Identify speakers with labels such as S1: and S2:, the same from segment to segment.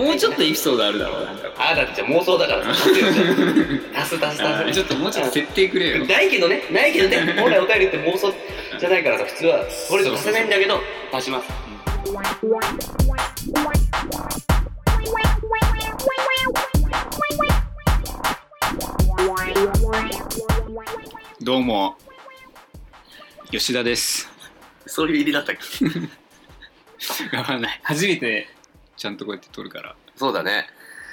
S1: もうちょっとエピソードあるだろう。なんか
S2: だってじゃあ妄想だから足すよ足す
S1: ちょっともうちょっと設定くれよ。
S2: ないけどね本来お便りって妄想じゃないからさ、普通はこれ以上足せないんだけど足します。
S1: どうも吉田です。
S2: そういう入りだったっけ
S1: わかんない。初めてちゃんとこうやって撮るから。
S2: そうだね。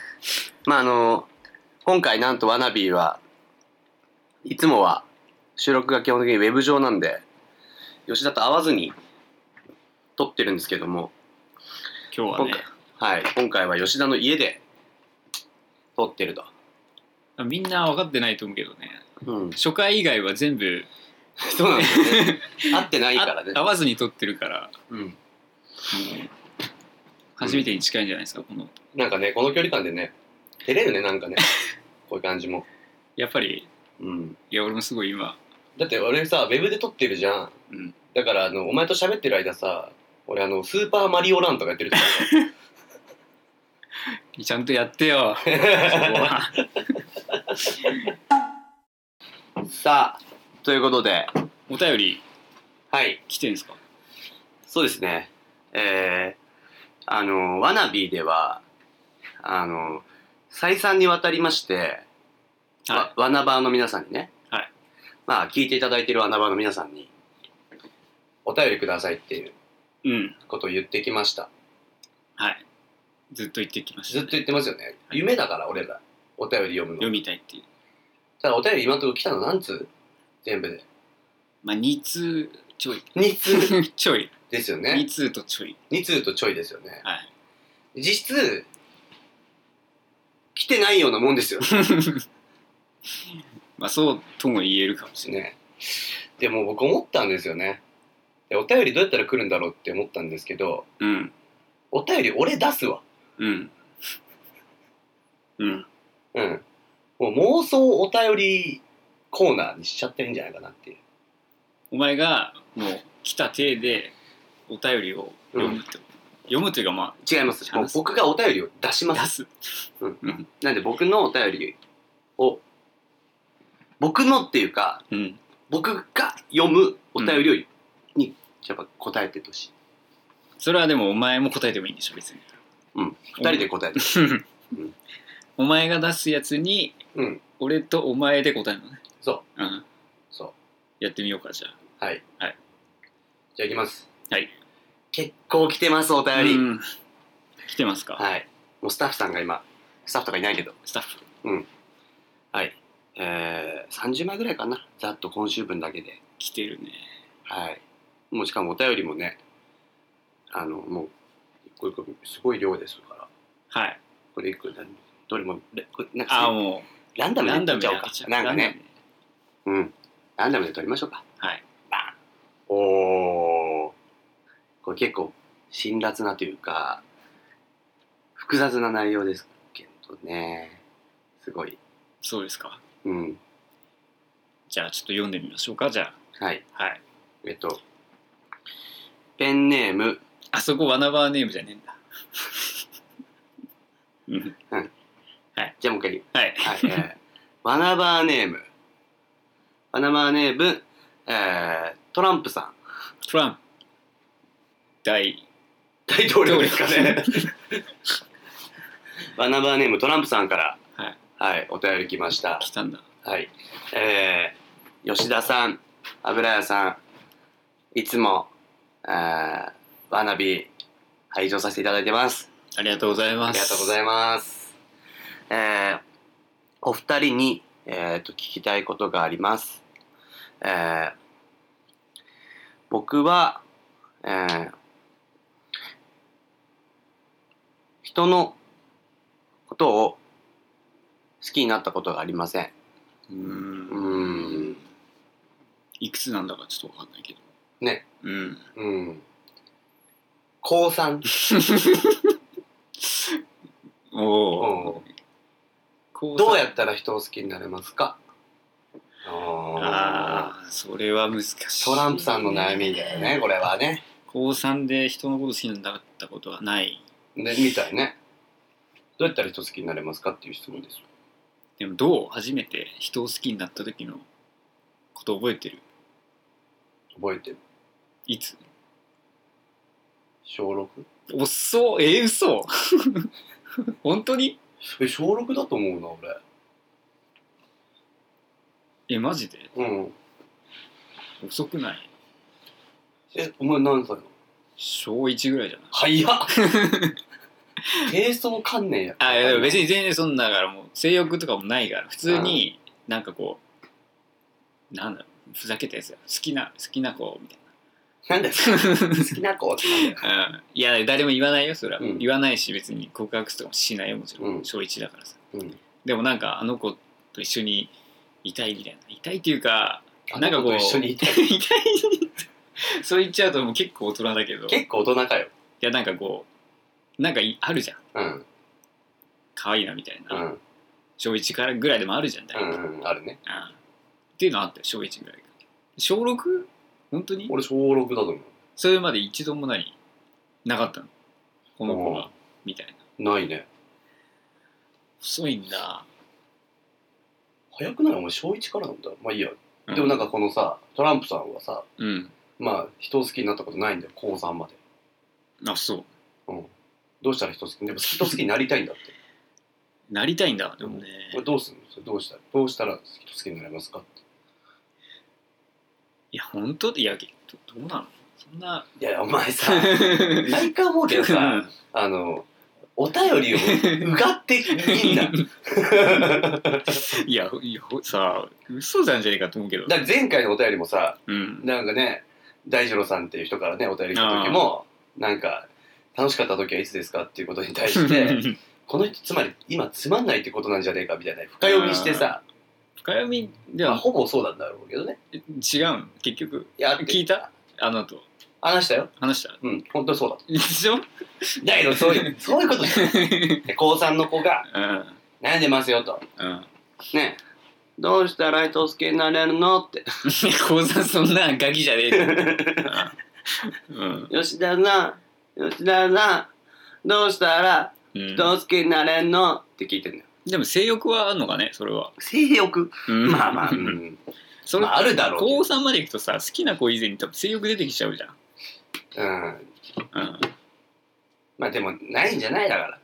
S2: 今回なんとワナビーはいつもは収録が基本的にウェブ上なんで吉田と会わずに撮ってるんですけども、
S1: 今日はね、
S2: 今回は吉田の家で撮ってると。
S1: みんな分かってないと思うけどね、初回以外は全部
S2: そうなんですよね会ってないからね。
S1: 会わずに撮ってるから、初めてに近いんじゃないですか、この
S2: なんかね、この距離感でね照れるね、なんかねこういう感じも
S1: やっぱり、いや俺もすごい今
S2: だって俺さウェブで撮ってるじゃん、だからお前と喋ってる間さ、俺スーパーマリオランとかやってるから
S1: ちゃんとやってよそこは
S2: さあ、ということで
S1: お便り来てんすか？
S2: そうですね。ワナビーでは再三にわたりまして、ワナバーの皆さんにね、聞いていただいているワナバーの皆さんにお便りくださいっていうことを言ってきました。ずっと言ってきました、ね、ずっと言ってますよね、夢だから俺らお便り読むの、
S1: 読みたいっていう。
S2: ただお便り今のところ来たの何通？全部で
S1: 2通ちょい
S2: 2通
S1: ちょい
S2: ですよね。
S1: 2通とちょい
S2: ですよね。実質来てないようなもんですよ
S1: そうとも言えるかもしれない。
S2: でも僕思ったんですよね。お便りどうやったら来るんだろうって思ったんですけど、お便り俺出すわ。もう妄想お便りコーナーにしちゃってるんじゃないかなっていう。
S1: お前がもう来た体でお便りを読むってこと、読むというか
S2: 違います。もう僕がお便りを出します。なんで僕のお便りを僕のっていうか、僕が読むお便りにやっぱ答えてほしい。
S1: それはでもお前も答えてもいいんでしょ別に。
S2: 2人で答えて
S1: お前が出すやつに、俺とお前で答えるのね。そうやってみようか。じゃあじゃあ
S2: いきます。結構来てますお便り。
S1: 来てますか？
S2: もうスタッフさんが今、スタッフとかいないけど
S1: スタッフ
S2: 30枚ぐらいかな、ざっと今週分だけで
S1: 来てるね。
S2: もうしかもお便りもね、もうこれすごい量ですから、これいくらどれもなんか
S1: もう
S2: ランダムで取っちゃおうか。なんかね、ランダムで取りましょうか。これ結構辛辣なというか複雑な内容ですけどね、すごい。
S1: そうですか。じゃあちょっと読んでみましょうか。じゃあ
S2: ペンネーム、
S1: あそこワナバーネームじゃねえんだ。
S2: じゃあもう一回ワナバーネームトランプさん。
S1: トランプ大
S2: 統領ですかねワナバーネームトランプさんからお便り来ました。
S1: 来たんだ。
S2: 吉田さん、油屋さん、いつもワナビ拝聴させていただいてます。
S1: ありがとうございます。
S2: お二人に、聞きたいことがあります。僕は、人のことを好きになったことがありません。
S1: いくつなんだかちょっと分かんないけど
S2: ね。高3どうやったら人を好きになれますか？
S1: それは難しい。
S2: トランプさんの悩みだよね、これはね。
S1: 高3で人のこと好きになったことはない
S2: みたいね。 どうやったら人好きになれますかっていう質問です。
S1: でもどう初めて人を好きになった時のこと覚えてる？
S2: 覚えてる。
S1: いつ？
S2: 小 6？
S1: 遅っ。嘘本当に？
S2: 小6だと思うな俺。
S1: マジで？
S2: うん。
S1: 遅くない？
S2: お前何歳なの？
S1: 小1ぐらいじゃない？
S2: 早っ低層観念や。
S1: でも別に全然そんなだからもう性欲とかもないから普通になんかこうなんだろうふざけたやつよ。好きな子みたい
S2: な。なんですか好きな子ってなんだよ。
S1: いや誰も言わないよそれは、言わないし別に告白とかもしないよもちろん、小1だからさ、でもなんかあの子と一緒にいたいみたいな。いたいっていうかなんかこう
S2: 一緒にいたい
S1: そう言っちゃうともう結構大人だけど。
S2: 結構大人かよ。
S1: いやなんかこうなんかあるじゃ
S2: ん。
S1: 可愛いなみたいな。小1からぐらいでもあるじゃん。
S2: あるね。
S1: っていうのあったよ小1ぐらい。小 6？ 本当に？
S2: 俺小6だと思う。
S1: それまで一度もなかったのこの子がみたい
S2: な。ないね。
S1: 遅いんだ。
S2: 早くない？お前小1からなんだ。まあいいや。でもなんかこのさトランプさんはさ、まあ人を好きになったことないんだよ高3まで。
S1: あ、そう。
S2: どうしたら人好き？でも人好きになりたいんだって。
S1: なりたいんだ。でもね。
S2: どうすんの？それどうしたら人好きになれますかって。
S1: いや本当いやどうなの？そんな。
S2: いやお前さ毎回思うけどさお便りをうがっていいんだ
S1: いやさ嘘なんじゃねえかと思うけど。
S2: だから前回のお便りもさ、なんかね大二郎さんっていう人からねお便り来た時もなんか楽しかった時はいつですかっていうことに対してこの人つまり今つまんないってことなんじゃねえかみたいな深読みしてさ。
S1: 深読みでは、
S2: ほぼそうなんだろうけどね。
S1: 違うん結局。いや聞いた？あの後
S2: 話したよ。
S1: 話した？
S2: 本当にそうだ
S1: でしょ？
S2: だけどそういうことじゃない高3の子が悩んでますよと、ねどうしたら人好きになれるのって
S1: 高3そんなガキじゃねえ
S2: 吉田さんどうしたら人好きになれるのって聞いてんだよ。
S1: でも性欲はあるのかねそれは。
S2: 性欲、まあまあ、
S1: それ、
S2: あるだろう。
S1: 高3までいくとさ好きな子以前に多分性欲出てきちゃうじゃん。
S2: まあでもないんじゃないだから。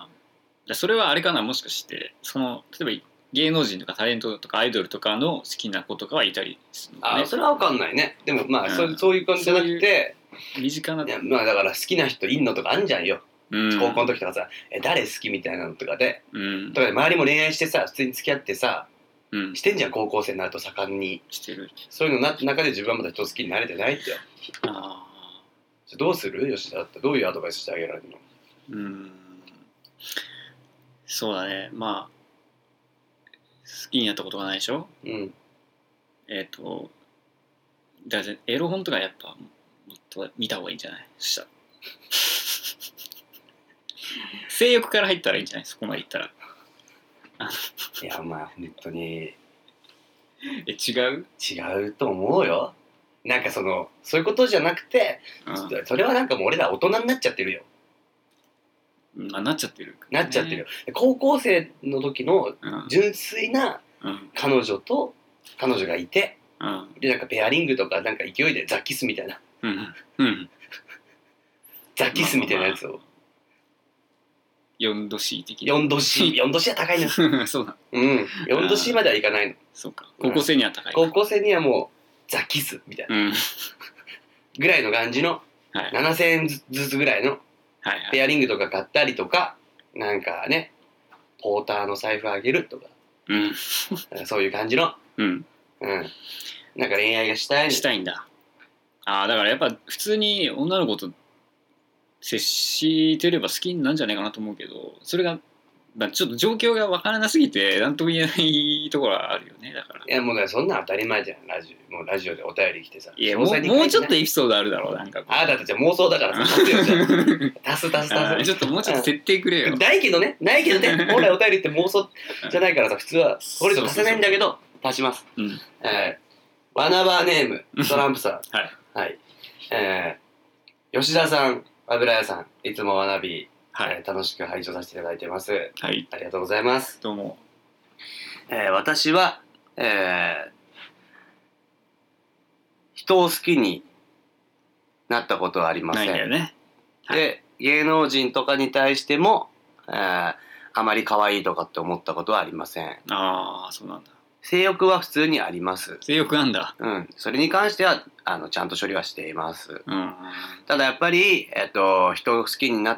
S1: それはあれかなもしかして例えば芸能人とかタレントとかアイドルとかの好きな子とかはいたりするのね。
S2: それは分かんないね。でもまあ、そういう感じじゃなくて
S1: 身近な。
S2: まあだから好きな人いんのとかあんじゃんよ。高校の時とかさ誰好きみたいなのとかで、とかで周りも恋愛してさ普通に付き合ってさ、してんじゃん高校生になると盛んに
S1: してる。
S2: そういうの中で自分はまだ人好きになれてないってよ。どうする？吉田だったらどういうアドバイスしてあげられるの？
S1: そうだねまあ好きになったことがないでしょ。だってエロ本とかやっぱもっと見た方がいいんじゃない？そしたら性欲から入ったらいいんじゃない？そこまでいったら
S2: いやまあ本当に
S1: 違
S2: うと思うよ。なんかそういうことじゃなくて、それはなんかもう俺ら大人になっちゃってるよ。
S1: なっちゃってる、
S2: 高校生の時の純粋な彼女がいて、でなんかペアリングとかなんか勢いでザキスみたいな、ザキスみたいなやつを
S1: 4度 C 的
S2: な。4度 C は高いの
S1: そうだ。
S2: 4度 C まではいかないの。
S1: そうか高校生には高い。
S2: 高校生にはもうザキスみたいな、ぐらいの感じの、7000円ずつぐらいのペアリングとか買ったりとか、なんかねポーターの財布あげるとか、そういう感じの、なんか恋愛がしたいんだ。
S1: だからやっぱ普通に女の子と接してれば好きになるんじゃないかなと思うけど、それがちょっと状況が分からなすぎて何とも言えないところはあるよね。だから
S2: いやもうそんな当たり前じゃん。ラジオでお便り来てさ、
S1: いやもうちょっとエピソードあるだろう。なんか
S2: だってじゃあ妄想だからさ足す
S1: ちょっともうちょっと設定くれよ。
S2: ないけどね本来お便りって妄想じゃないからさ、普通はこれ以上足せないんだけど足します。ワナバーネームトランプさんはい、吉田さん、油屋さん、いつもわなび
S1: はい、
S2: 楽しく拝聴させていただいてます。
S1: はい、
S2: ありがとうございます。
S1: どうも。
S2: 私は、人を好きになったことはありません。
S1: ないんだよね。
S2: はい、で、芸能人とかに対しても、あまり可愛いとかって思ったことはありません。
S1: ああ、そうなんだ。
S2: 性欲は普通にあります。
S1: 性欲なんだ。
S2: うん。それに関しては、ちゃんと処理はしています。
S1: うん。
S2: ただやっぱり、人を好きになって、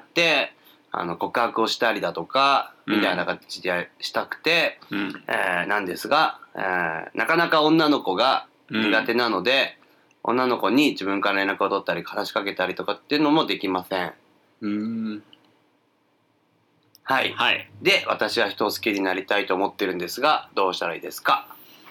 S2: 告白をしたりだとか、みたいな形でしたくて、なんですが、なかなか女の子が苦手なので、女の子に自分から連絡を取ったり、話しかけたりとかっていうのもできません。はい。
S1: はい。
S2: で、私は人を好きになりたいと思ってるんですが、どうしたらいいですか？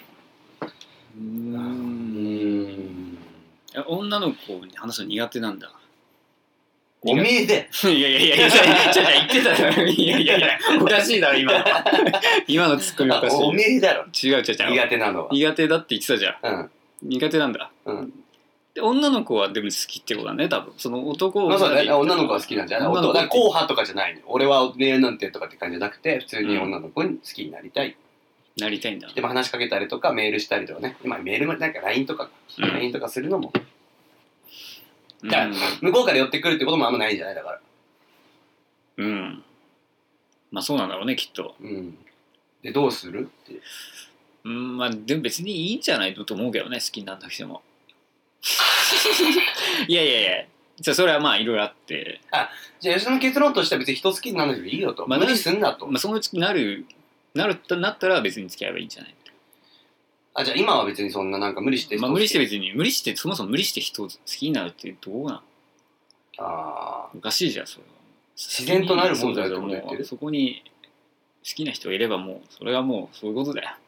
S1: 女の子に話すの苦手なんだ。
S2: おめえで
S1: いやいやいや、ちょ言ってただろ。いやいやいや、おかしいだろ、今の。今のツッコミおかしい。
S2: おめえだろ。
S1: 違う。
S2: 苦手なのは。
S1: 苦手だって言ってたじゃん。
S2: うん。
S1: 苦手なんだ。
S2: うん。
S1: で、女の子はでも好きってことだね、多分。その男を。
S2: まあそうだね、女の子は好きなんじゃない？硬派とかじゃないの。俺は恋愛なんてとかって感じじゃなくて、普通に女の子に好きになりたい。
S1: なりたいんだ。
S2: でも話しかけたりとか、メールしたりとかね。今メールもなんか LINE とか、LINE とかするのも。だから、向こうから寄ってくるってこともあんまないんじゃないだから。
S1: うん。まあそうなんだろうね、きっと。
S2: うん。で、どうするって。
S1: まあでも別にいいんじゃないと思うけどね、好きになった人も。いや、じゃあそれはまあいろいろあって。
S2: じゃあ吉田の結論としては別に人好きになるのでいいよと。無理すんなと。
S1: まあそのうちなったら別に付き合えばいいんじゃない。
S2: じゃあ今は別にそんななんか無理して
S1: 無理してそもそも無理して人を好きになるってどうなん？おかしいじゃん、それは。
S2: 自然となるもんだよってこと言ってる。
S1: そこに好きな人がいればもうそれはもうそういうことだよ。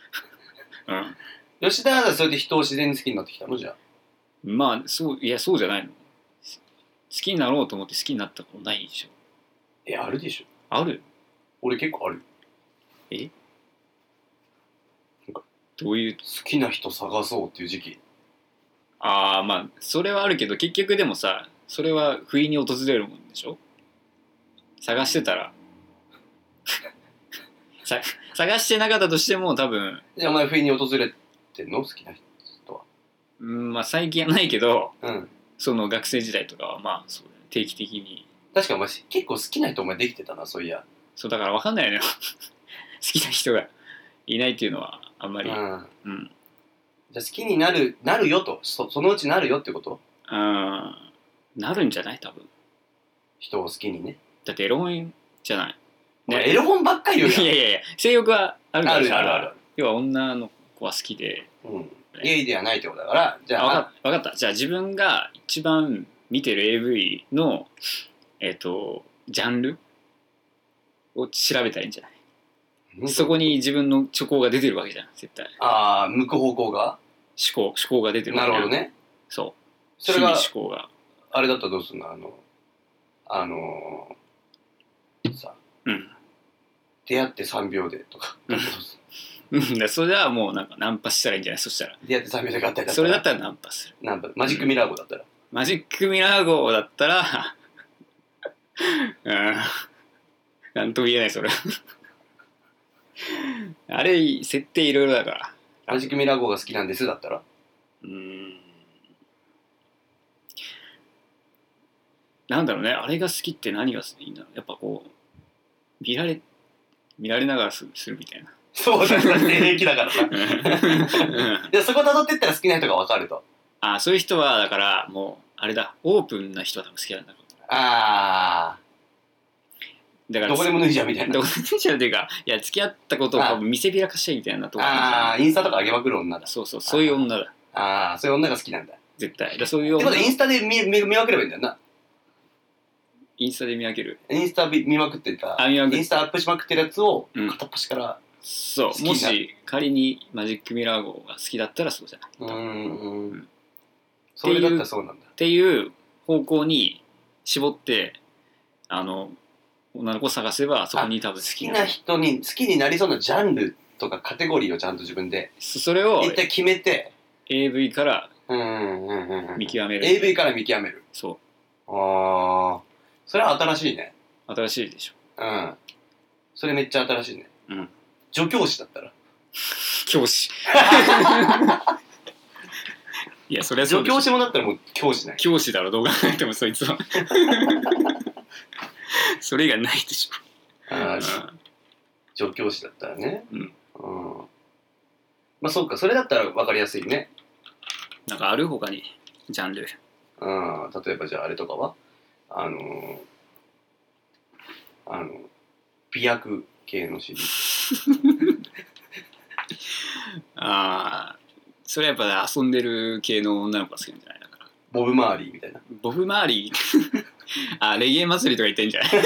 S2: 吉田はそれで人を自然に好きになってきたの？じゃあ
S1: まあそうじゃないの。好きになろうと思って好きになったことないでしょ。
S2: あるでしょ。
S1: ある？
S2: 俺結構ある。
S1: どういう？
S2: 好きな人探そうっていう時期。
S1: まあそれはあるけど結局でもさ、それは不意に訪れるもんでしょ。探してたら探してなかったとしても多分。
S2: じゃあお前不意に訪れてんの？好きな人は。
S1: まあ最近はないけど、
S2: うん、
S1: その学生時代とかはまあそう定期的に。
S2: 確かお前結構好きな人お前できてたな、そういや。
S1: そうだから分かんないのよ。好きな人がいないっていうのはあんまり。じゃ
S2: あ好きになるよと、そのうちなるよってこと？
S1: なるんじゃない？多分
S2: 人を好きにね。
S1: だってエロ本じゃない、
S2: ね、エロ本ばっかり言うやん。
S1: いや性欲はあるからさ。
S2: ある。
S1: 要は女の子は好きで、
S2: ゲイではないってことだから。じゃあ
S1: 分かった。じゃあ自分が一番見てる AV のジャンルを調べたらいいんじゃない？そこに自分の思考が出てるわけじゃん、絶対。
S2: 向く方向が
S1: 思考が出てるわけ。
S2: なるほどね。
S1: そう。
S2: それが
S1: 思考が
S2: あれだったらどうすんの？さ、出会って3秒でとか。
S1: それはもうなんかナンパしたらいいんじゃない？そしたら
S2: 出会って3秒で合体だったら。
S1: それだったらナンパする。
S2: マジックミラー号だったら。
S1: マジックミラー号だったらなんとも言えないそれ。あれ設定いろいろだから。
S2: マジックミラー号が好きなんですだったら。
S1: なんだろうね、あれが好きって何がいいんだろう。やっぱこう見られながらするみたいな。
S2: そうだね、平気だからさ。でそこ辿ってったら好きな人が分かると。
S1: そういう人はだからもうあれだ、オープンな人は多分好きなんだろう。だから
S2: どこでも脱いじゃうみたいな。
S1: どこでも脱いじゃうっていうか、いや付き合ったことを多分見せびらかしちゃいみたいなところ。
S2: インスタとか上げまくる女だ。
S1: そういう女だ。
S2: そういう女が好きなんだ。
S1: 絶対。そういう女。
S2: ってことインスタで見分ければいいんだよな。
S1: インスタで見分ける。
S2: インスタ見まくってた。インスタアップしまくってるやつを片っ端から。
S1: そう。もし仮にマジックミラー号が好きだったらそうじゃない。
S2: それだったらそうなんだ。
S1: っていう方向に絞って女の子を探せばそこに多分
S2: 好きな人に好きになりそうなジャンルとかカテゴリーをちゃんと自分で
S1: それを
S2: 一体決めて
S1: AV から見極める。
S2: AV から見極める。
S1: そう。
S2: それは新しいね。
S1: 新しいでしょ。
S2: うん。それめっちゃ新しいね。
S1: うん。
S2: 助教師だったら
S1: 教師。いや、それはそう
S2: 助教師もだったらもう教師ない。
S1: 教師だろ、どう考えてもそいつは。それ以外ないでしょ。
S2: ああ、助教師だったらね。
S1: うん。
S2: まあそうか、それだったら分かりやすいね。
S1: なんかある他にジャンル。
S2: 例えばじゃああれとかは美薬系のシリーズ。
S1: それはやっぱ遊んでる系の女の子が好きなんじゃないだから。
S2: ボブ・マーリーみたいな。
S1: ボブ・マーリーレゲエ祭りとか言ってんじゃない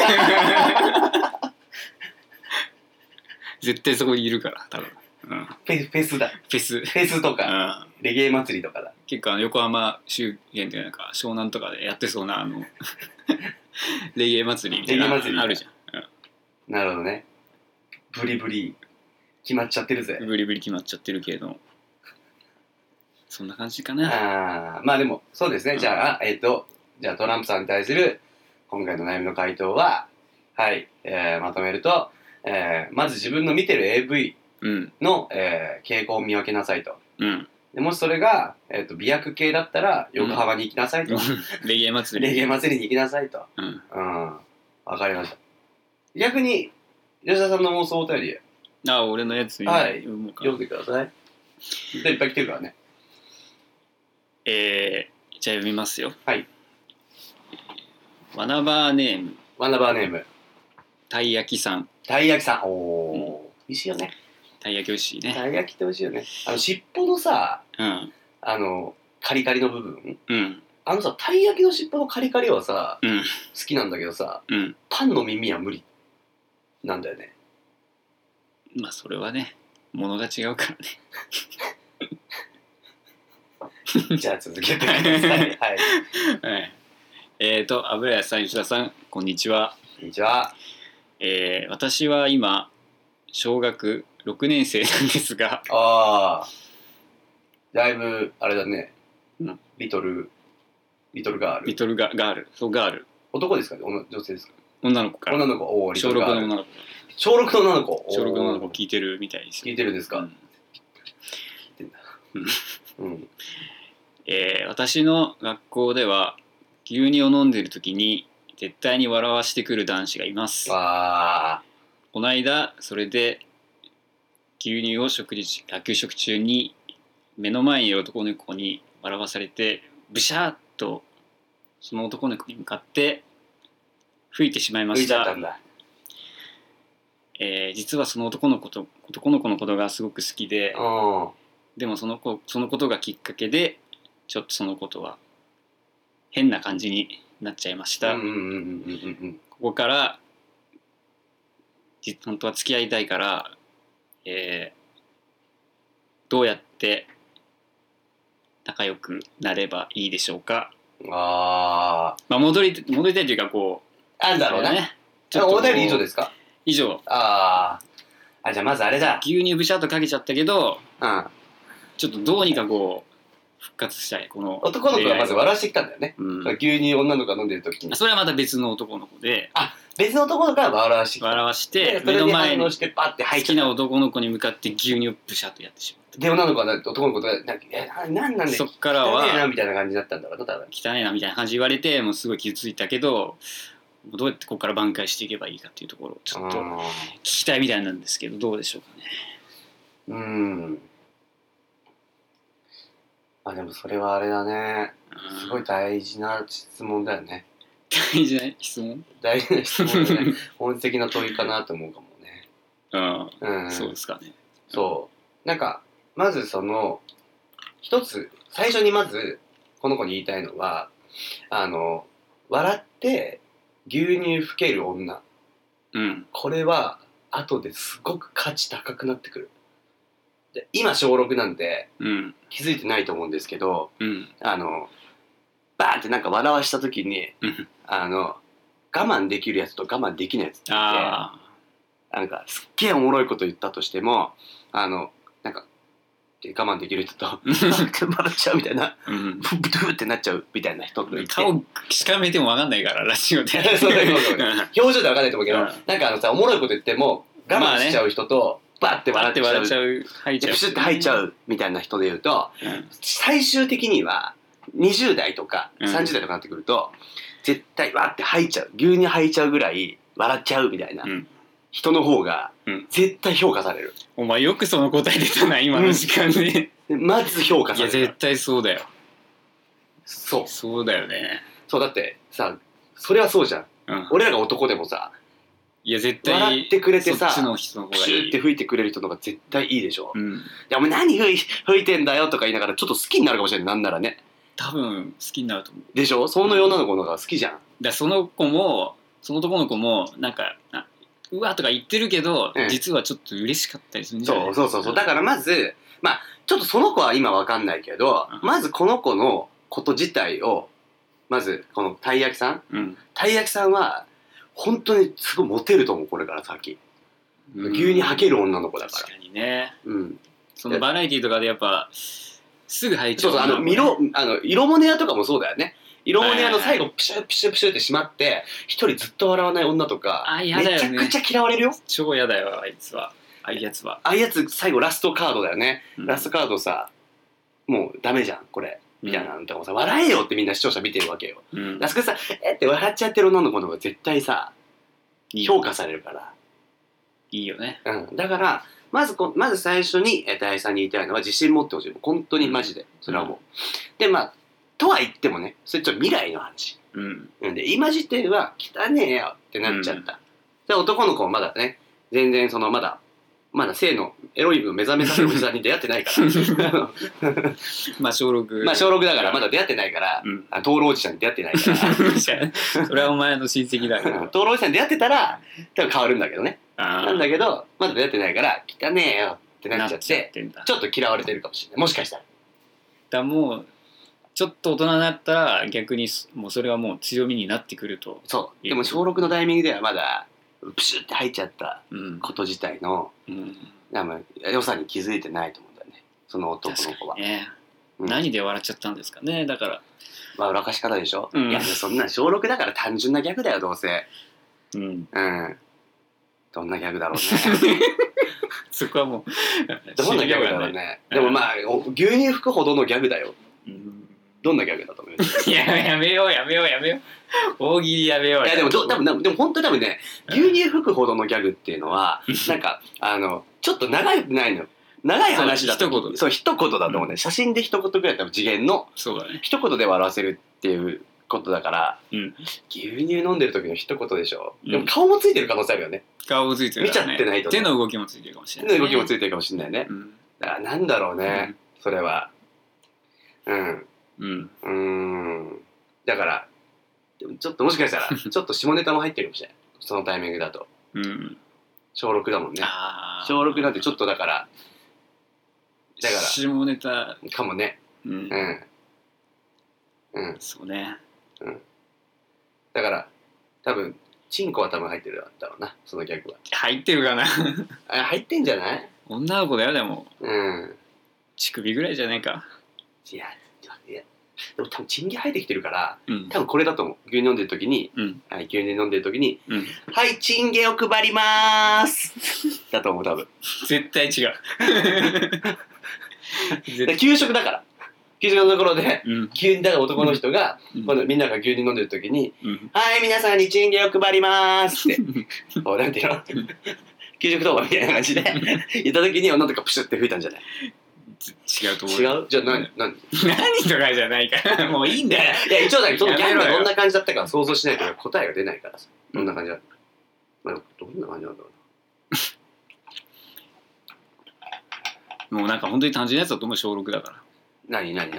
S1: 絶対そこにいるから多分、
S2: フェスだ。
S1: フェ
S2: スとか、レゲエ祭りとかだ。
S1: 結構横浜周辺っていうなんか湘南とかでやってそうなレゲエ祭りみたいなのあるじゃん。
S2: なるほどね。ブリブリ決まっちゃってるぜ。
S1: ブリブリ決まっちゃってるけど、そんな感じかな。
S2: まあでもそうですね。じゃあじゃあトランプさんに対する今回の悩みの回答は、はい、まとめると、まず自分の見てる AV の、傾向を見分けなさいと。でもしそれが、美薬系だったら横浜に行きなさいと。
S1: レゲエ祭りに
S2: 行きなさいと。わかりました。逆に吉田さんの妄想お便り。
S1: 俺のやつに
S2: 読んでください。いっぱい来てるからね。
S1: じゃあ読みますよ。
S2: はい。
S1: ワナバーネームたい焼きさん。
S2: おー、美味しいよね。
S1: たい焼き美味しいね。
S2: たい焼きって美味しいよね。尻尾のさ、カリカリの部分、さ、たい焼きの尻尾のカリカリはさ、好きなんだけどさ、パンの耳は無理なんだよね。
S1: まあそれはね、ものが違うから
S2: ね。じゃあ続けてください。はい。
S1: 油屋さん、吉田さん、こんにちは。
S2: こんにちは。
S1: 私は今小学6年生なんですが。
S2: だいぶあれだね。リトルガール。
S1: そう、ガール。
S2: 男ですかね、女性ですか？
S1: 女の子から。
S2: 女の子。
S1: 小6の女の子。
S2: 小6の女の子。
S1: 小6の女の子聞いてるみたいです。
S2: 聞いてるんですか？聞いてんだ。
S1: 私の学校では牛乳を飲んでいる時に絶対に笑わしてくる男子がいます。この間それで牛乳を給食中に目の前にいる男の子に笑わされてブシャーッとその男の子に向かって吹いてしまいました。実はその男の子のことがすごく好きで、でもそのことがきっかけでちょっとそのことは変な感じになっちゃいました。ここから本当は付き合いたいから、どうやって仲良くなればいいでしょうか。戻りたいというか
S2: なんだろうね。お便り以上ですか？
S1: 以上。
S2: じゃあまずあれだ。
S1: 牛乳ブシャッとかけちゃったけど、ちょっとどうにか復活したい。この
S2: 男の子がまず笑わしてきたんだよね。牛乳女の子が飲んでる時に。
S1: それはまた別の男の子で。
S2: 別の男の子が笑わして
S1: 目の前に
S2: 好
S1: きな男の子に向かって牛乳をブシャッとやってしまった。
S2: で女の子は男の子がなんで
S1: そっからは
S2: 汚いなみたいな感じだったんだろうな。
S1: 汚いなみたいな感じ言われてもうすごい傷ついたけど、どうやってここから挽回していけばいいかっていうところをちょっと聞きたいみたいなんですけど、どうでしょうかね。
S2: でもそれはあれだね。すごい大事な質問だよね。
S1: 大事な質問だね。
S2: 本質的な問いかなと思うかもね。
S1: そうですかね。
S2: なんかまず一つ最初にまずこの子に言いたいのは笑って牛乳吹ける女、これは後ですごく価値高くなってくる。で今小6なんで、気づいてないと思うんですけど、バーンってなんか笑わした時に、我慢できるやつと我慢できないやつっていて、なんかすっげえおもろいこと言ったとしてもなんかって我慢できる人と笑っちゃうみたいな、ブドゥってなっちゃうみたいな人といて、
S1: 顔しかめても分かんないからラジオで
S2: そう表情で分かんないと思うけど、なんかさおもろいこと言っても我慢しちゃう人と、バッて笑っちゃう、プシュって吐いちゃうみたいな人で言うと、最終的には20代とか30代とかなってくると、絶対わって吐いちゃう、牛乳吐いちゃうぐらい笑っちゃうみたいな人の方が絶対評価される。
S1: お前よくその答え出たな今の時間で、
S2: まず評価される。
S1: いや絶対そうだよ。
S2: そう
S1: だよね。
S2: そうだってさ、それはそうじゃん、俺らが男でもさ、
S1: いや絶対
S2: 笑ってくれてさ、
S1: そっちの人の方がいい、
S2: プシュって吹いてくれる人の方が絶対いいでしょ。いやお前何吹いてんだよとか言いながらちょっと好きになるかもしれない、なんならね。
S1: 多分好きになると思う
S2: でしょ。その女の子の方が好きじゃん。
S1: だその子もその男の子もなんかうわとか言ってるけど、実はちょっと嬉しかったりするんじゃない？
S2: そうだからまずまあちょっとその子は今わかんないけど、まずこの子のこと自体をまずこのたい焼きさん、たい焼きさんは本当にすごいモテると思う、これから先。牛乳吐ける女の子だから。
S1: 確かにね。そのバラエティーとかでやっぱすぐ吐いちゃう。
S2: 色モネ屋とかもそうだよね。色モネ屋の最後プシュプシュプシュってしまって一人ずっと笑わない女とか、めちゃくちゃ嫌われるよ。
S1: 超嫌だよあいつは。ああいうやつ
S2: 最後ラストカードだよね。ラストカードさ、もうダメじゃんこれみたいなのとかもさ、笑えよってみんな視聴者見てるわけよ。あそこさって笑っちゃってる女の子の方が絶対さ評価されるから。
S1: いいよね。
S2: だからまず最初に大さんに言いたいのは自信持ってほしい。本当にマジでそれはもう。でまあとは言ってもね、それちょっと未来の話。で今時点は汚ねえよってなっちゃった。で男の子もまだね全然そのまだ性のエロい部目覚めさせるおじさんに出会ってないから
S1: まあ小6
S2: だからまだ出会ってないから、灯籠おじさんに出会ってないから
S1: それはお前の親戚だから
S2: 灯籠おじさんに出会ってたら多分変わるんだけどね。なんだけどまだ出会ってないから汚ねえよってなっちゃってちょっと嫌われてるかもしれない、もしかしたら。
S1: だもうちょっと大人になったら逆にもうそれはもう強みになってくると。
S2: そうでも小6のタイミングではまだプシュって入っちゃったこと自体の、良さに気づいてないと思うんだよね、その男の子は。
S1: 何で笑っちゃったんですかね。だから
S2: まあ裏かし方でしょ。いやそんな小6だから単純なギャグだよどうせ。どんなギャグだろうね
S1: そこはもう
S2: どんなギャグだろうね。でもまあ牛乳吹くほどのギャグだよ。どんなギャグだと思います？
S1: やめよう大喜利やめよう。
S2: いやでも本当に多分ね、牛乳吹くほどのギャグっていうのはなんかちょっと長いないのよ。長い話だと一言だと思うね。写真で一言ぐらい多分次元の一言で笑わせるっていうことだから、牛乳飲んでる時の一言でしょ。でも顔もついてる可能性あるよね。
S1: 顔もついてる、
S2: 見ちゃってないと。
S1: 手の動きもついてるかもしれない。
S2: 手の動きもついてるかもしれないね。だからなんだろうね、それは。だからちょっともしかしたらちょっと下ネタも入ってるかもしれないそのタイミングだと。小6だもんね。小6なんてちょっとだから
S1: 下ネタ
S2: かもね。
S1: そうね。
S2: だから多分チンコは多分入ってるだろうな、そのギャグは。
S1: 入ってるかな
S2: 入ってんじゃない？
S1: 女の子だよでも。乳首ぐらいじゃないか。
S2: いやでも多分チンゲ生えてきてるから、多分これだと思う。牛乳飲んでる時に、牛乳飲んでる時に、はいチンゲを配りまーすだと思う多分。
S1: 絶対違う。
S2: 給食だから。給食のところで、だから男の人が、みんなが牛乳飲んでる時に、はい皆さんにチンゲを配りまーすってなんていうの給食当番みたいな感じで言った時に女とかプシュって吹いたんじゃない？
S1: 違うと思う。
S2: 違う？じゃあ何と
S1: かじゃないからもういいんだよ。
S2: いや一応だけどそのギャグがどんな感じだったか想像しないと答えが出ないからさ。どんな感じだった？どんな感じなんだろ
S1: うな。もうなんか本当に単純なやつだと思う。小6だから。
S2: 何なん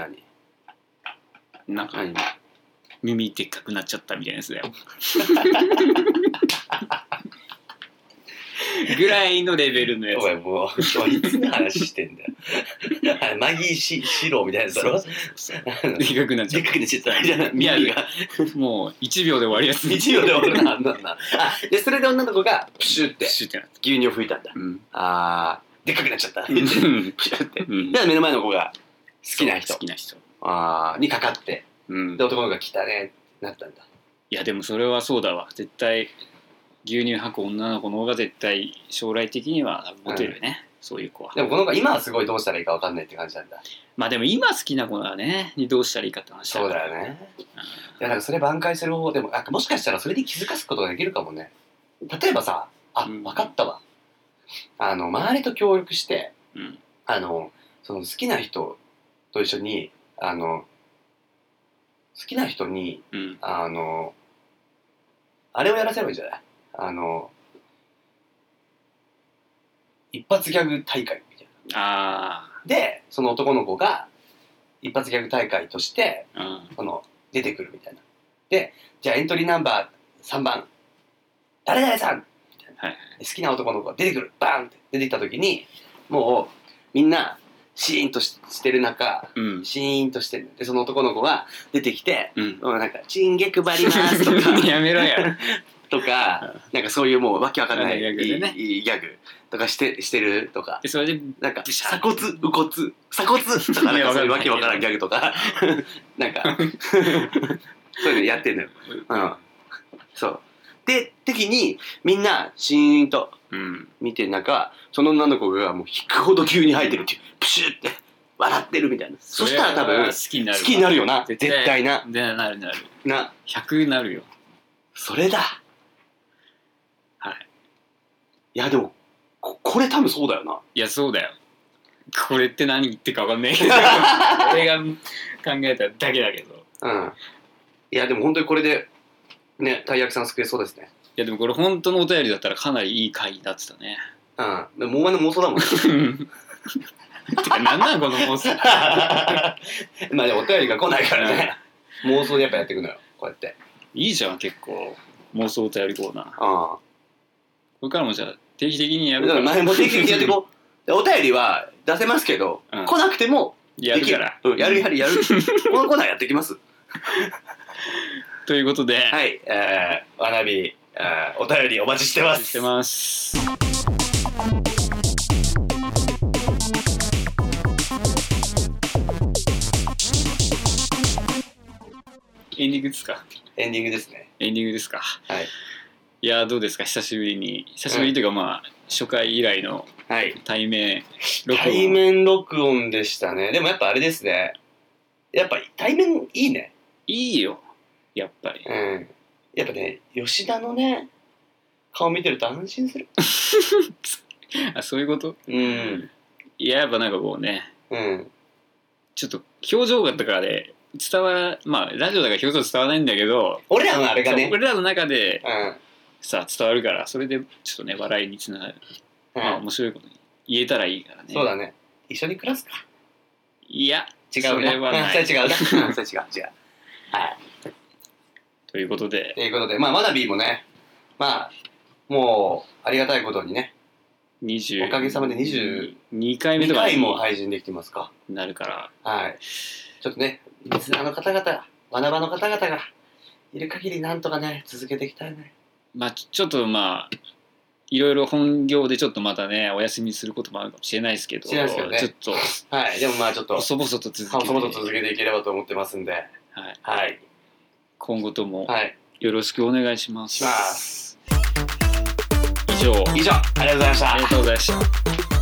S2: か
S1: 耳でっかくなっちゃったみたいなやつだよ。ぐらいのレベルのやつ。
S2: お前もう今日いつの話してんだよ。マギーシローみたいなやつだろ。
S1: でかくなっちゃった。
S2: 耳が
S1: もう1秒で終わるやつ。
S2: 1秒で終わるな。でそれで女の子がプシュって牛乳を吹いたんだ。 でっかくなっちゃったプシュって、で目の前の子が好きな人にかかって、で男の子が来たねってなったんだ。
S1: いやでもそれはそうだわ。絶対牛乳吐く女の子の方が絶対将来的にはモテるね、そういう子は。
S2: でもこの子今はすごいどうしたらいいか分かんないって感じなんだ。
S1: まあでも今好きな子はねにどうしたらいいかって話だから。
S2: そうだよね。いやなんかそれ挽回する方法でもなんかもしかしたらそれで気づかすことができるかもね。例えばさ、分かったわ。周りと協力して、その好きな人と一緒に好きな人に、あれをやらせればいいんじゃない？一発ギャグ大会みたいな。でその男の子が一発ギャグ大会として、出てくるみたいな。でじゃあエントリーナンバー3番誰々さんみたいな、好きな男の子が出てくるバーンって出てきた時にもうみんなシーンとしてる中、シーンとしてる。でその男の子が出てきて、なんかチンゲ配りますとか
S1: やめろや
S2: とかなんかそういうもうわけわかんないギャグとかしてるとか、
S1: それで
S2: なんか鎖骨右骨鎖骨とかなんかそういうわけわからんギャグとかなんかそういうのやってんのよ。そうで時にみんなシーンと見てる中、その女の子がもう引くほど急に吐いてるっていう、プシュって笑ってるみたいな。そしたら多分好きになるよな、絶対な。
S1: なる
S2: な
S1: 100なるよ。
S2: それだ。はい。いやでもこれ多分そうだよな。
S1: いやそうだよ。これって何言ってか分かんないけど俺が考えただけだけど。
S2: いやでも本当にこれでね、たい焼きさん救えそうですね。
S1: いやでもこれ本当のお便りだったらかなりいい回になってたね。
S2: でもお前の妄想だもんね。
S1: てかなんなんこの妄想
S2: まあでもお便りが来ないからね、妄想でやっぱやっていくのよ、こうやって。い
S1: いじゃん、結構妄想お便りコーナー。これからもじゃあ定期的にやるから。
S2: 前も定期的にやっていこう。お便りは出せますけど、来なくても
S1: やるから。
S2: やるこのコーナーやっていきます。
S1: ということで、
S2: はい、わなびお便りお待ちしてます。
S1: してます。エンディングですか？
S2: エンディングですね。
S1: エンディングですか。
S2: はい。
S1: いやどうですか、久しぶりというかまあ初回以来の対面録音。
S2: 対面録音でしたね。でもやっぱあれですね。やっぱ対面いいね。
S1: いいよ。やっぱり。
S2: やっぱね、吉田のね顔見てると安心する。
S1: あ、そういうこと？いや、やっぱなんかこうね、ちょっと表情がとかでまあラジオだから表情伝わらないんだけど、
S2: 俺らのあれがね、
S1: 俺らの中でさ伝わるから、それでちょっとね笑いにつながる、まあ面白いことに言えたらいいからね。
S2: そうだね。一緒に暮らすか。
S1: いや
S2: 違うな。
S1: それはない。
S2: それ違うな。それ違う。はい。
S1: ということで、
S2: まあ、マナビーもね、まあ、もう、ありがたいことにね、おかげさまで
S1: 22回目とか
S2: 2回も配信できてますか。
S1: なるから。
S2: はい。ちょっとね、リスナーの方々、わなばの方々がいる限りなんとかね、続けていきたいね。
S1: まあ、ちょっとまあ、いろいろ本業でちょっとまたね、お休みすることもあるかもしれないですけど、ちょっと、
S2: はい、でもまあちょっと、
S1: 細々と続
S2: けていければと思ってますんで、はい。
S1: 今後ともよろしくお願いします。
S2: します。
S1: 以上、
S2: ありがとうございました。
S1: ありがとうございました。